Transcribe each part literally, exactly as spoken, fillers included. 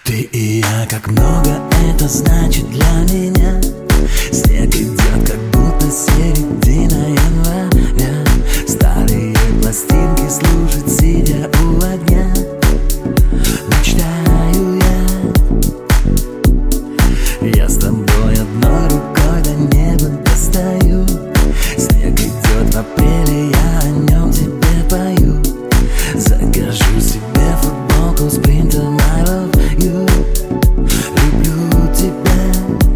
Ты и я, как много это значит для меня. Снег идет, как будто середина января. Старые пластинки слушать, сидя у огня. Мечтаю я, я с тобой одной рукой до неба достаю. Снег идет в апреле, я о нем тебе пою. Закажу себе футболку с принтом I love you. Люблю тебя.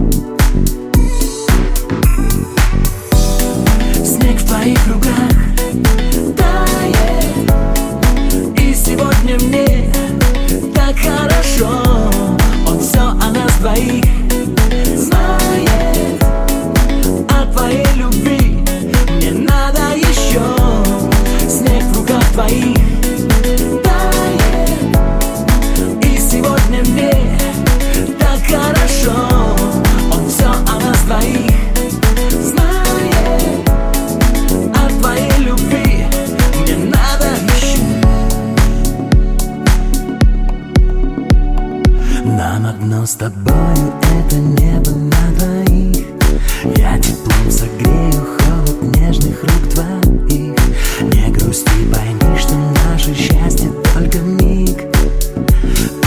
Снег в твоих руках тает, и сегодня мне так хорошо. Он все о нас двоих знает. О твоей любви мне надо еще. Снег в руках твоих тает, и сегодня мне так хорошо. Он все о нас двоих знает. О твоей любви мне надо еще. Нам одно с тобою это небо на двоих. Я теплом согрею холод нежных рук твоих. Не грусти, пойми, что наше счастье только миг.